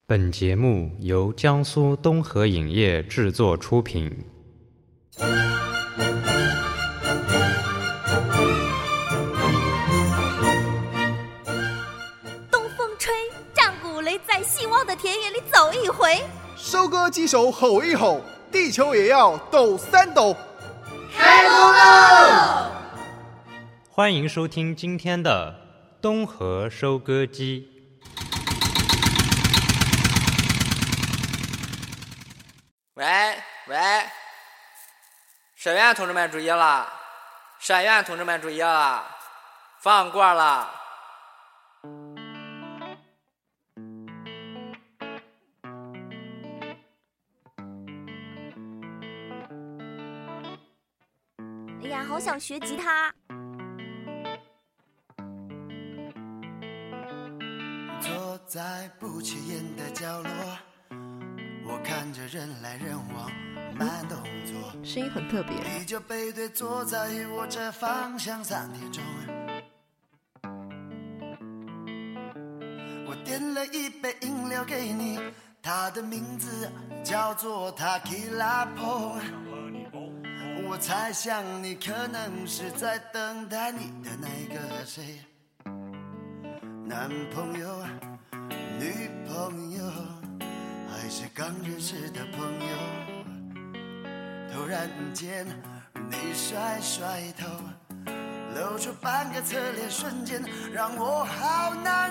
本节目由江苏东河影业制作出品。 东风吹，战鼓擂，在希望的田野里走一回。 收割机手吼一吼，地球也要抖三抖。 开工喽！ 欢迎收听今天的东河收割机。 喂，沈院同志们注意了，沈院同志们注意了，放过了。 哎呀，好想学吉他。 坐在不起眼的角落，我看着人来人往，慢动作， 声音很特别。 你就背对坐在我这方向3点钟，我点了一杯饮料给你，它的名字叫做 Tequila Pong。我猜想你可能是在等待你的那个谁，男朋友、女朋友，还是刚认识的朋友。突然间你甩甩头，露出半个侧脸，瞬间让我好难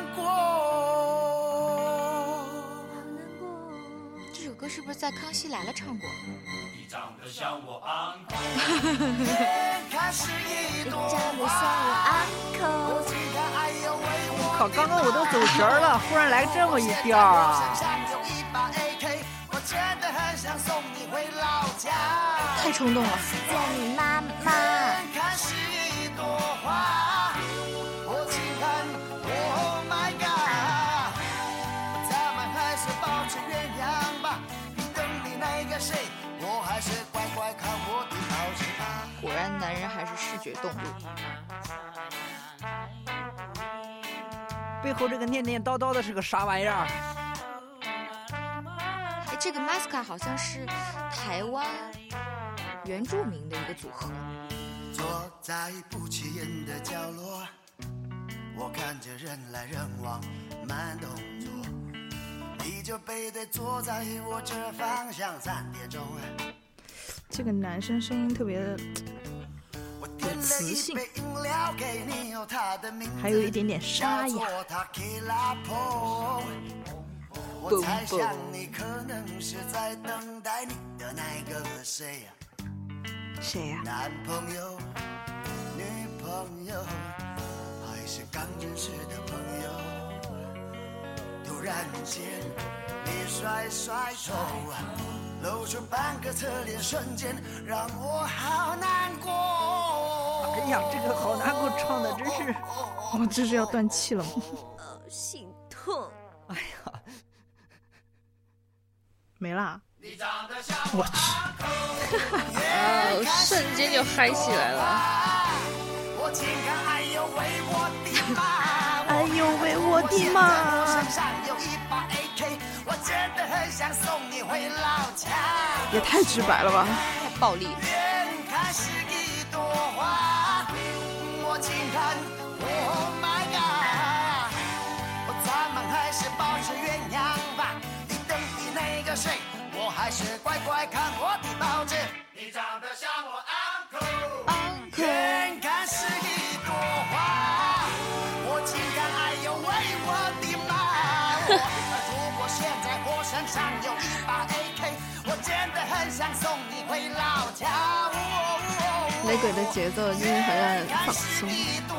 过。 这首歌是不是在康熙来了唱过？ 你长得像我 uncle， 靠，刚刚我都走神了，忽然来这么一调啊！ 太冲动了。 见你妈妈。 果然男人还是视觉动物。 背后这个念念叨叨的是个啥玩意儿？ 哎，这个 Masca 好像是台湾原住民的一个组合。 坐在不起眼的角落，我看着人来人往，慢动作，你就背对坐在我这方向3点钟。 这个男生声音特别的有磁性，还有一点点沙哑。 我猜想你可能是在等待你的那个谁呀？ 谁呀？ 男朋友、女朋友，还是刚认识的朋友？突然间，你甩甩头，露出半个侧脸，瞬间让我好难过。 哎呀，这个好难过，唱的真是， 我这是要断气了吗？ 心痛。 哎呀，没啦。 我去，瞬间就嗨起来了。 哎呦喂，我的妈！也太直白了吧， 太暴力了。 我还是乖乖看我的报纸。你长得像我 uncle， 远看是一朵花，我情感哎呦喂我的妈！如果现在我身上有一把 AK， 我真的很想送你回老家。 雷鬼的节奏真的很放松。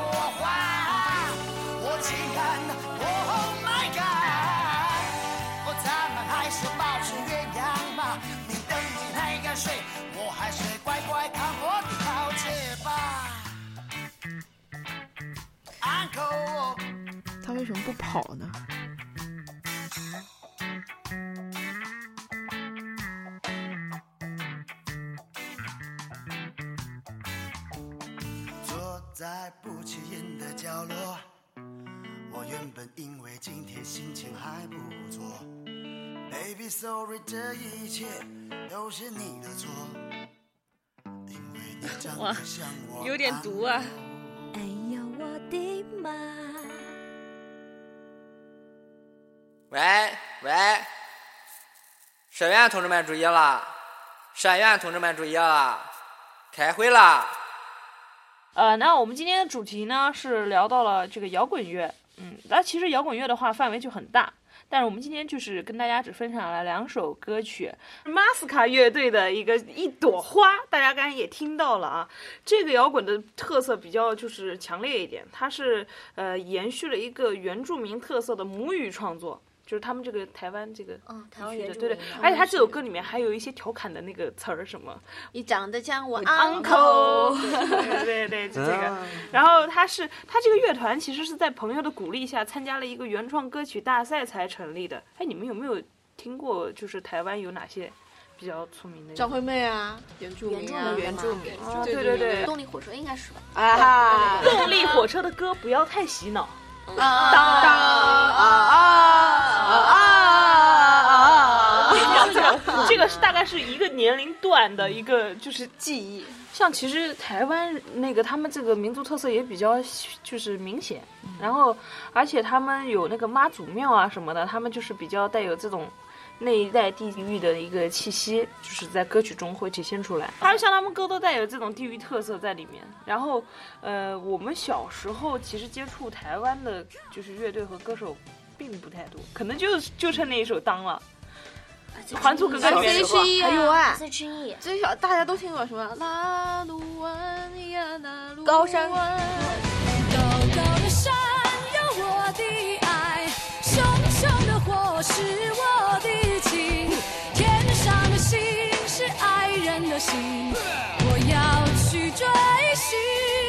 我情感 Oh my God， 咱们还是保持原样吧。你等你那个睡，我还是乖乖看我的报纸吧。Uncle， 他为什么不跑呢？ 坐在不起眼的角落，我原本因为今天心情还不错， Baby sorry 这一切都是你的错，因为你长得像我， 有点毒啊。 哎呦我的妈！ 喂，沈院同志们注意了，沈院同志们注意了，开会了。 那我们今天的主题呢是聊到了这个摇滚乐，那其实摇滚乐的话范围就很大，但是我们今天就是跟大家只分享了2首歌曲，马斯卡乐队的一朵花，大家刚才也听到了啊。这个摇滚的特色比较就是强烈一点，它是延续了一个原住民特色的母语创作。就是他们这个台湾这个台湾原住民，对，而且他这首歌里面还有一些调侃的那个词儿，什么你长得像我 uncle， 对，就这个。然后他这个乐团其实是在朋友的鼓励下参加了一个原创歌曲大赛才成立的。哎，你们有没有听过？就是台湾有哪些比较出名的？ 张惠妹啊，原住民， 对， 动力火车应该是吧？ 啊，动力火车的歌不要太洗脑。这个是大概是一个年龄段的一个就是记忆。像其实台湾那个他们这个民族特色也比较就是明显，然后而且他们有那个妈祖庙啊什么的，他们就是比较带有这种那一带地域的一个气息，就是在歌曲中会体现出来。还有像他们歌都带有这种地域特色在里面。然后我们小时候其实接触台湾的就是乐队和歌手并不太多，可能就剩那一首《当》了。还珠格格里面还有啊， 最小大家都听过什么？拉鲁湾呀，拉鲁湾高山。 高高的山有我的爱，熊熊的火是我的情，天上的星是爱人的心，我要去追寻。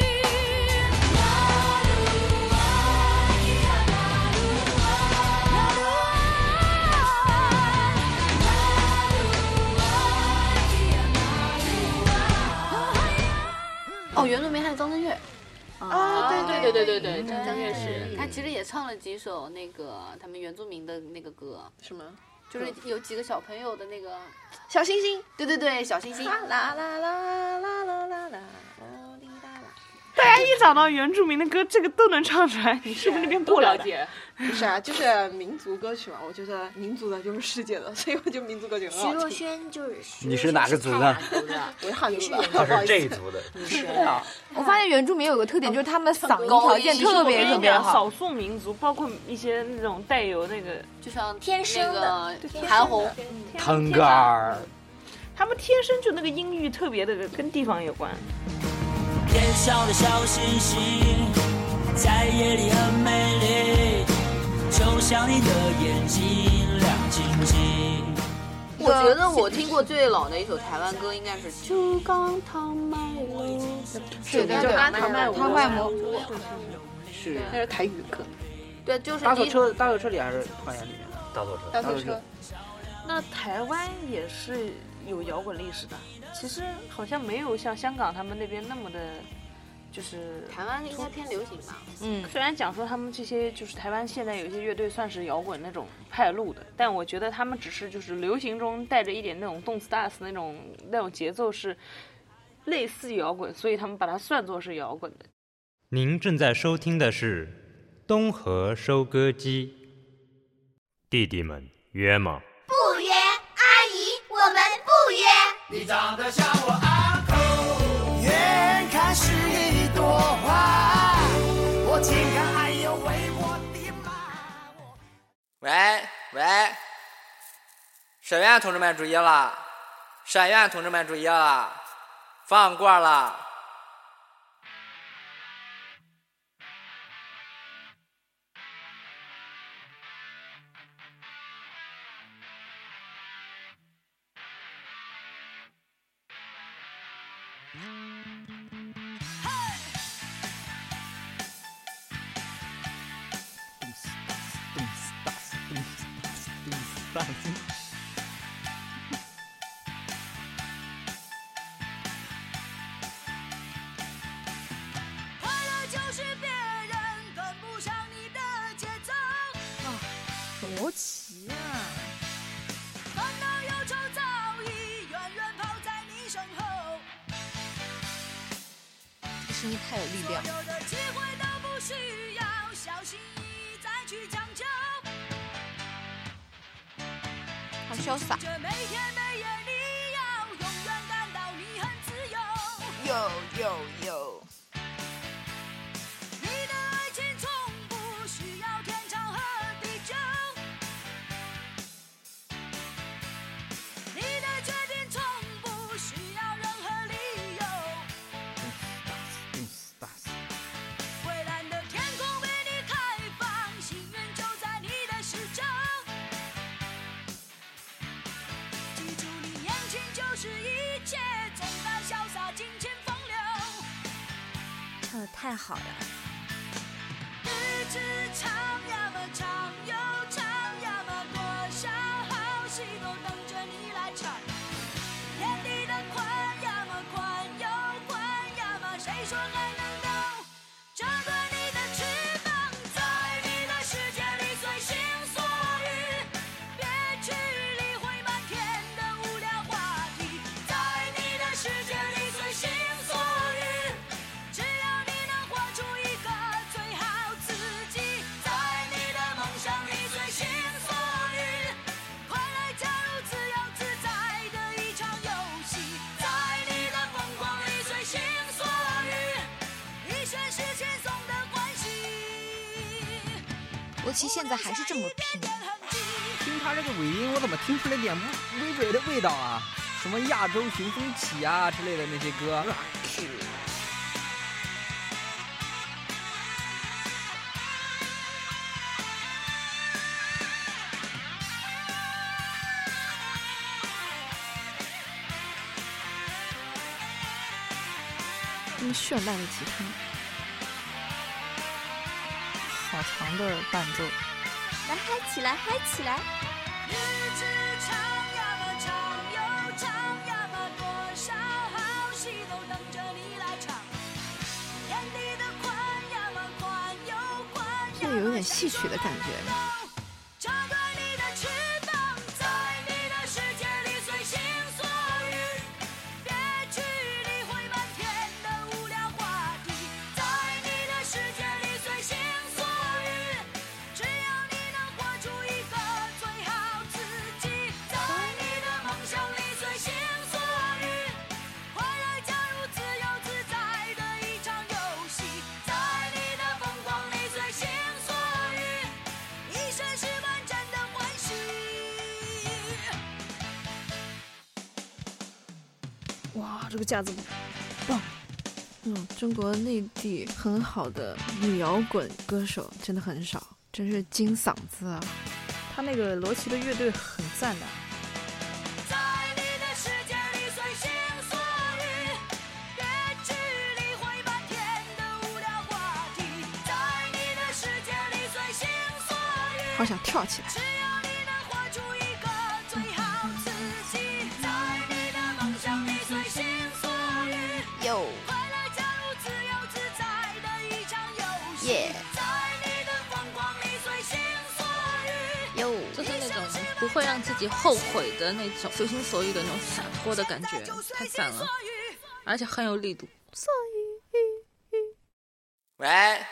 哦，原住民还有张震岳啊，对，张震岳是， 他其实也唱了几首那个他们原住民的那个歌， 什么？ 就是有几个小朋友的那个小星星， 对，小星星， 啦啦啦啦啦啦啦啦。 大家一找到原住民的歌，这个都能唱出来，你是不是那边不了解？ 不是啊，就是民族歌曲嘛。我觉得民族的就是世界的，所以我就民族歌曲很好听。 徐若瑄就是你是哪个族的？ 我是汉族的， 他是这一族的。 是啊。 我发现原住民有个特点，就是他们的嗓音条件特别好。 少数民族，包括一些那种带有那个， 就像天生的韩红、 腾格尔， 他们天生就那个音域特别的，跟地方有关。 天上的小星星在夜里很美丽，就像你的眼睛亮晶晶。 我觉得我听过最老的一首台湾歌应该是《就刚汤麦路》， 是的，就刚汤麦蘑菇， 是那是台语歌。 对，就是大头车里还是团员里面的大头车。 那台湾也是有摇滚历史的。其实好像没有像香港他们那边那么的，就是台湾应该偏流行吧。 虽然讲说他们这些就是台湾现在有一些乐队算是摇滚那种派路的，但我觉得他们只是就是流行中带着一点那种动次打次那种节奏是类似摇滚，所以他们把它算作是摇滚的。 您正在收听的是东河收割机，弟弟们约吗？ 不约，阿姨，我们不约。 你长得像我uncle，远看是一朵花，我情感还有为我的妈。 喂，沈院同志们注意了，沈院同志们注意了，放过了。 快乐就是别人跟不上你的节奏。 罗琦啊， 声音太有力量。好潇洒。有。唱得太好了。日子长呀嘛长又长呀嘛，多少好戏都等着你来唱。天地的宽呀嘛宽又宽呀嘛，谁说还能够折断你的翅膀？在你的世界里随心所欲，别去理会满天的无聊话题。在你的世界里随心所欲，只要你能活出一个最好自己。在你的梦想里随心所欲，快来加入自由自在的一场游戏。在你的疯狂里随心所欲，一生是轻松的欢喜。罗琦现在还是这么拼。 听他这个尾音，我怎么听出来点微蕊的味道啊？什么亚洲寻风起啊之类的那些歌。 绚烂的吉他，好长的伴奏。 来嗨起来，嗨起来！ 日子长呀嘛长又长呀嘛，多少好戏都等着你来唱。天地的宽呀嘛宽又宽呀嘛， 这有点戏曲的感觉。 折断你的翅膀，在你的世界里随心所欲，别去理会满天的无聊话题。在你的世界里随心所欲，只要你能活出一个最好自己。在你的梦想里随心所欲，快来加入自由自在的一场游戏。在你的疯狂里随心所欲，一生是满真的欢喜。 哇，这个架子棒！中国内地很好的女摇滚歌手真的很少，真是金嗓子啊！ 他那个罗琦的乐队很赞的。 在你的世界里随心所欲，别去理会满天的无聊话题。在你的世界里随心所欲， 好想跳起来。 只要你能活出一个最好自己。在你的梦想里随心所欲， 有快来加入自由自在的一场游戏。 耶在你的疯狂里随心所欲， 有， 就是那种不会让自己后悔的那种随心所欲的那种洒脱的感觉，太赞了，而且很有力度。 喂，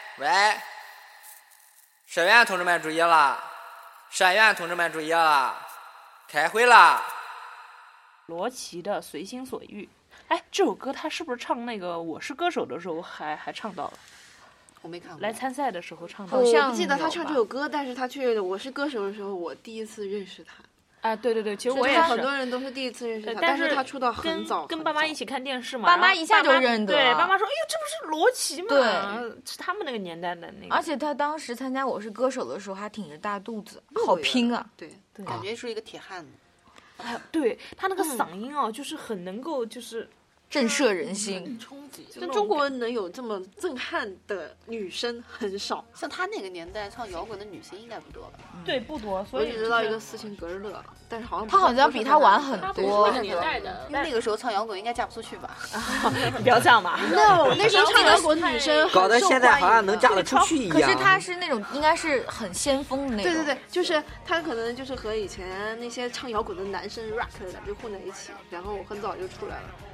沈院同志们注意了，沈院同志们注意了，开会了。 罗琦的《随心所欲》，哎，这首歌他是不是唱那个《我是歌手》的时候还唱到了？ 我没看过。 来参赛的时候唱到好了。 像记得他唱这首歌，但是他去《我是歌手》的时候，我第一次认识他。 啊，对，其实我也是， 很多人都是第一次认识他，但是他出道很早， 跟爸妈一起看电视嘛， 爸妈一下就认得。 对，爸妈说：“哎呦，这不是罗琦吗？” 对， 是他们那个年代的那个。 而且他当时参加《我是歌手》的时候，还挺着大肚子，好拼啊！ 对，感觉是一个铁汉子。 哎，对他那个嗓音哦，就是很能够就是震慑人心， 冲击。 就中国能有这么震撼的女生很少， 像他那个年代唱摇滚的女星应该不多吧？ 对，不多。所以我只知道一个斯琴格日乐，但是他好像比他晚很多。 那个年代的， 因为那个时候唱摇滚应该嫁不出去吧？ 不要这样嘛。 那时候唱摇滚女生搞得现在好像能嫁得出去一样。 可是他是那种应该是很先锋的那种。 对，就是他可能就是和以前那些唱摇滚的男生 rock 的就混在一起，然后很早就出来了。那时候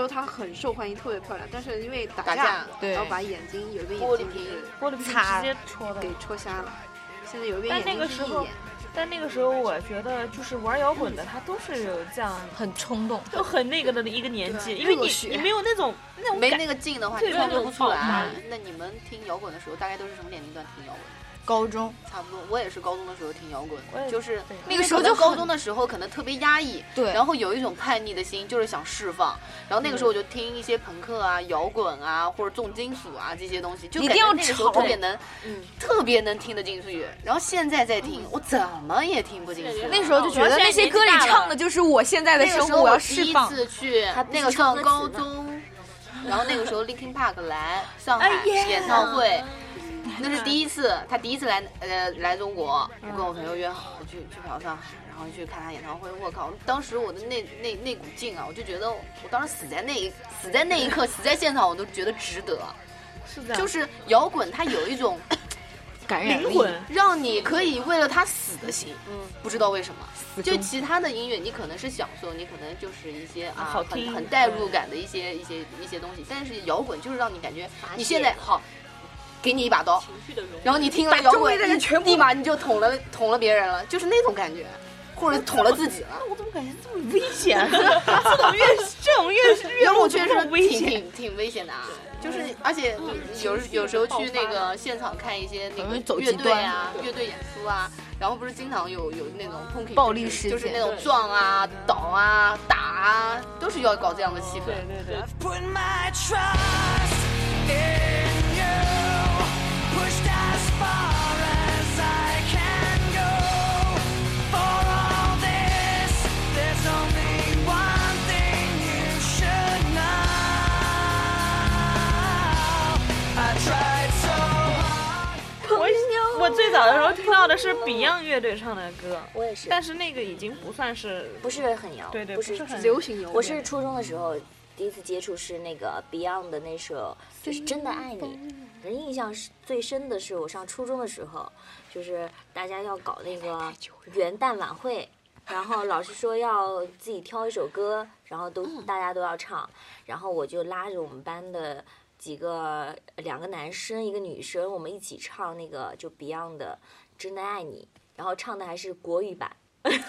她很受欢迎，特别漂亮，但是因为打架然后把眼睛有一边玻璃眼睛玻璃瓶直接戳的， 给戳瞎了。现在有一边眼睛是一眼。 但那个时候我觉得就是玩摇滚的他都是有这样很冲动就很那个的一个年纪，因为你没有那种没那个劲的话你创作不出来。那你们听摇滚的时候大概都是什么年龄段听摇滚？ 高中差不多，我也是高中的时候听摇滚，就是那个时候就高中的时候可能特别压抑， 对， 然后有一种叛逆的心，就是想释放。然后那个时候我就听一些朋克啊、摇滚啊，或者重金属啊这些东西，就感觉那个时候特别能听得进去。然后现在再听，我怎么也听不进去。 那时候就觉得那些歌里唱的就是我现在的生活，我要释放。 第一次去那个上高中，然后那个时候 Linkin Park 来上海演唱会。那是第一次，他第一次来中国，我跟我朋友约好去嫖上海，然后去看他演唱会。我靠，当时我的那股劲啊，我就觉得我当时死在那一刻，死在现场，我都觉得值得。 是的， 就是摇滚，它有一种感染力， 让你可以为了它死的心。不知道为什么，就其他的音乐你可能是享受，你可能就是一些很带入感的一些东西，但是摇滚就是让你感觉你现在好。给你一把刀，然后你听了摇滚，立马你就捅了别人了，就是那种感觉，或者捅了自己了。 我怎么感觉这么危险？这种乐摇滚确实挺危险的啊！就是而且有时候去那个现场看一些那个乐队啊、乐队演出啊，然后不是经常有那种暴力事件， 就是那种撞啊、倒啊、打啊，都是要搞这样的气氛。 对。 Pushed as far as I can go. For all this, there's only one thing you should know. I tried so hard. 我最早的时候听到的是 Beyond 乐队唱的歌， 我也是， 但是那个已经不算是很摇， 对， 不是很流行摇滚。 我是初中的时候第一次接触是那个 Beyond 的那首就是真的爱你。人印象最深的是我上初中的时候，就是大家要搞那个元旦晚会，然后老师说要自己挑一首歌，然后大家都要唱，然后我就拉着我们班的2个男生1个女生，我们一起唱那个就 Beyond 的真的爱你，然后唱的还是国语版。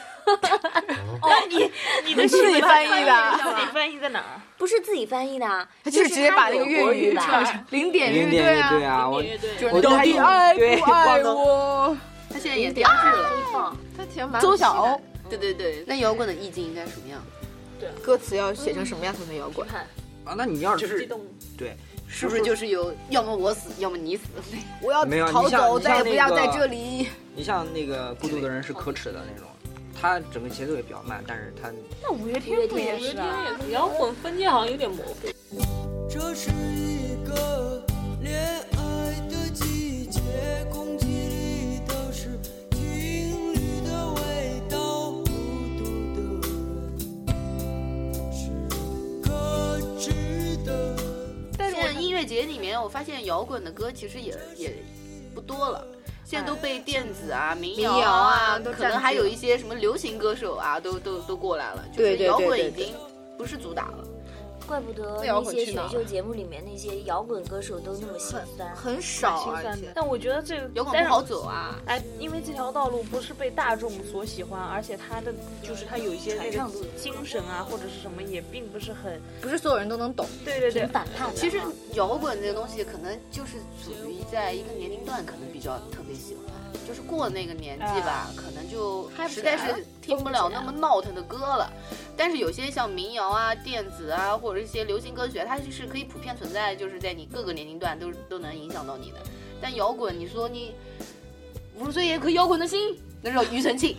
你的自己翻译的， 自己翻译在哪儿？ 不是自己翻译的， 他就是直接把那个粤语唱成零点乐队啊！ 我到底爱不爱我？ 他现在演电视了， 他挺蛮周晓鸥。 对，那摇滚的意境应该什么样？ 对， 歌词要写成什么样才能摇滚？ 啊，那你要是对， 是不是就是有要么我死，要么你死？ 我要逃走，再也不要在这里。 你像那个孤独的人是可耻的那种。他整个节奏也比较慢，但是他那五月天不也是啊？ 摇滚分界好像有点模糊。 这是一个恋爱的季节，空气里都是情侣的味道，孤独的人是可知的。 但是音乐节里面，我发现摇滚的歌其实也不多了。现在都被电子啊、民谣啊，可能还有一些什么流行歌手啊，都过来了。就是摇滚已经不是主打了。 怪不得那些选秀节目里面那些摇滚歌手都那么心酸， 很少啊。 但我觉得这个摇滚不好走啊。 因为这条道路不是被大众所喜欢，而且它的就是它有一些那个精神啊，或者是什么，也并不是所有人都能懂。 对， 反叛。 其实摇滚这个东西，可能就是属于在一个年龄段可能比较特别喜欢。就是过那个年纪吧，可能就实在是听不了那么闹腾的歌了。但是有些像民谣啊、电子啊，或者一些流行歌曲，它是可以普遍存在，就是在你各个年龄段都能影响到你的。但摇滚，你说你50岁也可以摇滚的心，那叫庾澄庆。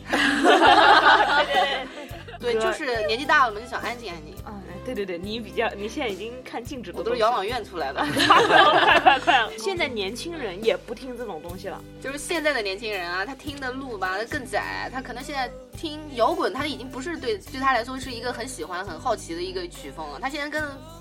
对，就是年纪大了嘛，就想安静安静。 对，你现在已经看静止的， 我都是养老院出来的。 快了！现在年轻人也不听这种东西了， 就是现在的年轻人啊，他听的路吧更窄，他可能现在听摇滚，他已经不是对他来说是一个很喜欢、很好奇的一个曲风了。他现在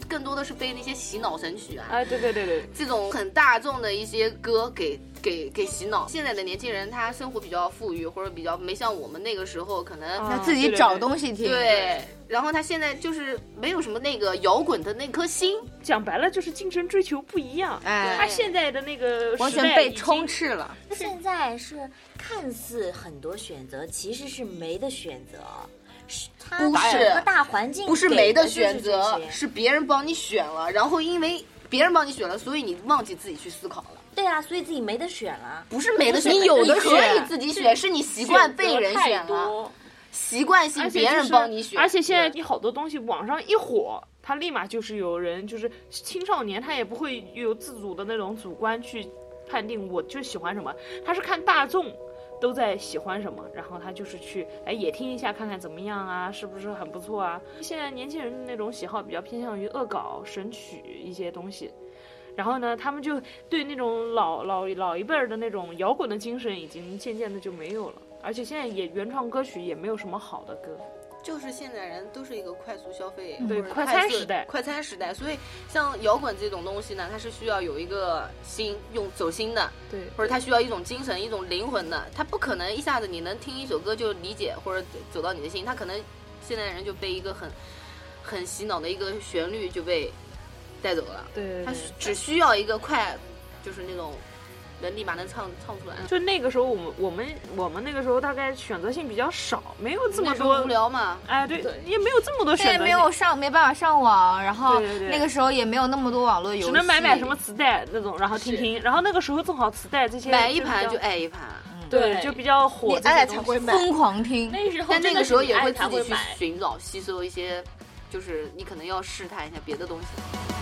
更多的是被那些洗脑神曲啊， 哎，对， 这种很大众的一些歌给洗脑。现在的年轻人他生活比较富裕，或者比较没像我们那个时候可能他自己找东西听。 对，然后他现在就是没有什么那个摇滚的那颗心， 讲白了就是精神追求不一样。他现在的那个完全被充斥了。 现在是看似很多选择，其实是没得选择。 不是大环境不是没得选择，是别人帮你选了，然后因为别人帮你选了，所以你忘记自己去思考了。 对啊，所以自己没得选了。 不是没得选， 你有的可以自己选，是你习惯被人选了，习惯性别人帮你选。 而且现在你好多东西网上一火，他立马就是有人，就是青少年他也不会有自主的那种主观去判定我就喜欢什么，他是看大众都在喜欢什么，然后他就是去也听一下看看怎么样啊，是不是很不错啊。现在年轻人那种喜好比较偏向于恶搞神曲一些东西，然后呢他们就对那种老一辈的那种摇滚的精神已经渐渐的就没有了，而且现在也原创歌曲也没有什么好的歌。 就是现在人都是一个快速消费， 对，快餐时代， 所以像摇滚这种东西呢，它是需要有一个心，走心的， 对， 或者它需要一种精神、一种灵魂的，它不可能一下子你能听一首歌就理解或者走到你的心，它可能现在人就被一个很洗脑的一个旋律就被带走了， 对， 它只需要一个快，就是那种。人立马能唱出来， 就那个时候我们那个时候大概选择性比较少，没有这么多无聊嘛， 哎对，也没有这么多选择性， 没办法上网，然后那个时候也没有那么多网络游戏， 只能买什么磁带那种，然后听，然后那个时候正好磁带这些买一盘就爱一盘， 对，就比较火， 你爱才会买，疯狂听， 但那个时候也会自己去寻找吸收一些，就是你可能要试探一下别的东西。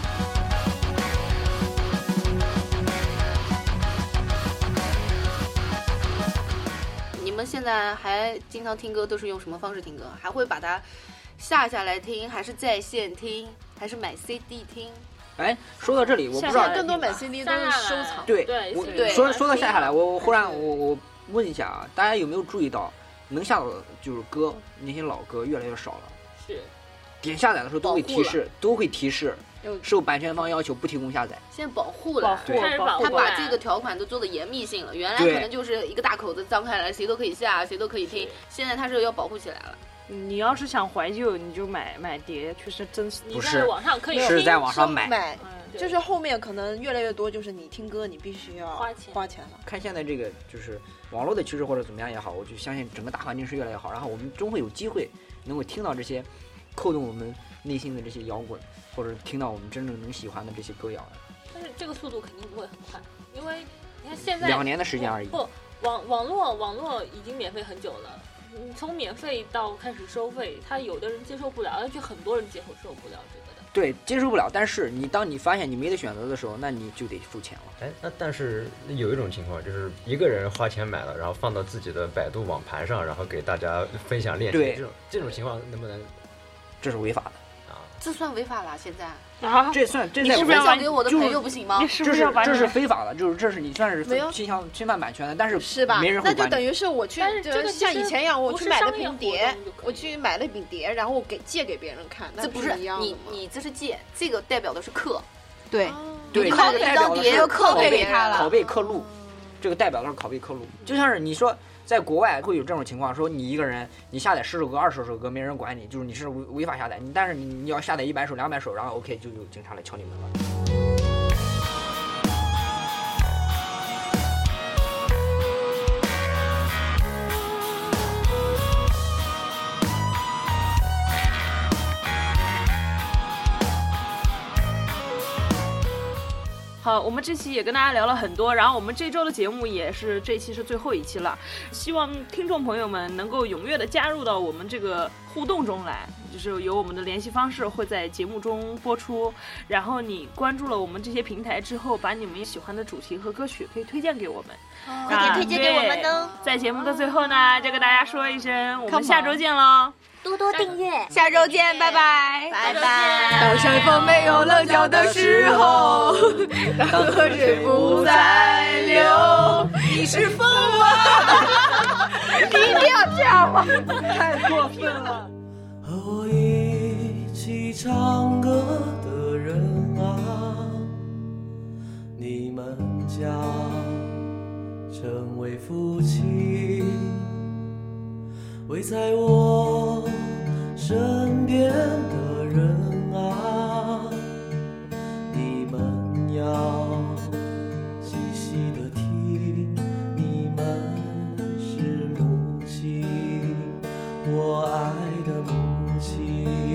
你们现在还经常听歌都是用什么方式听歌？还会把它下下来听，还是在线听，还是买 CD 听？ 哎，说到这里，我不知道更多买 CD 都是收藏。 对，说到下下来，我忽然我问一下啊，大家有没有注意到，能下到的就是歌，那些老歌越来越少了。 是。 点下载的时候都会提示，受版权方要求不提供下载。 现在保护了，他把这个条款都做的严密性了。原来可能就是一个大口子张开来，谁都可以下，谁都可以听。现在他是要保护起来了。 你要是想怀旧，你就买碟，确实真是不是网上可以是在网上买。 就是后面可能越来越多，就是你听歌你必须要花钱了。 看现在这个就是网络的趋势或者怎么样也好，我就相信整个大环境是越来越好，然后我们终会有机会能够听到这些扣动我们内心的这些摇滚，或者听到我们真正能喜欢的这些歌谣。 但是这个速度肯定不会很快，因为你看现在 2年的时间而已。 不，网络已经免费很久了。从免费到开始收费，他有的人接受不了，而且很多人接受不了这个的。 对，接受不了。但是当你发现你没得选择的时候，那你就得付钱了。 哎，那但是有一种情况，就是一个人花钱买了，然后放到自己的百度网盘上，然后给大家分享链接。 对， 这种情况能不能？ 这是违法的啊！这算违法了？现在啊？ 这你是不是要给我的朋友不行吗？ 这是非法的，就是这是你算是侵犯版权的，但是吧？ 没人会管你。 那就等于是我去，像以前一样，我去买了瓶碟，然后我借给别人看， 这不是你这是借，这个代表的是刻， 对， 拷了一张碟就拷贝给他了， 拷贝刻录，这个代表的是拷贝刻录，就像是你说。在国外会有这种情况，说你一个人你下载10首歌、20首歌，没人管你，就是你是违法下载。但是你要下载100首、200首，然后 OK 就有警察来敲你门了。 好，我们这期也跟大家聊了很多，然后我们这周的节目也是这期是最后一期了，希望听众朋友们能够踊跃的加入到我们这个互动中来，就是有我们的联系方式会在节目中播出，然后你关注了我们这些平台之后，把你们喜欢的主题和歌曲可以推荐给我们， 快点推荐给我们呢。 在节目的最后呢，就跟大家说一声，我们下周见喽。 多多订阅， 下周见，拜拜， 拜拜。 当山峰没有棱角的时候，当河水不再流，你是风啊！你一定要这样吗？ 太过分了。 和我一起起唱歌的人啊，你们将成为夫妻，围在我身边的人啊，你们要细细的听，你们是母亲，我爱的母亲。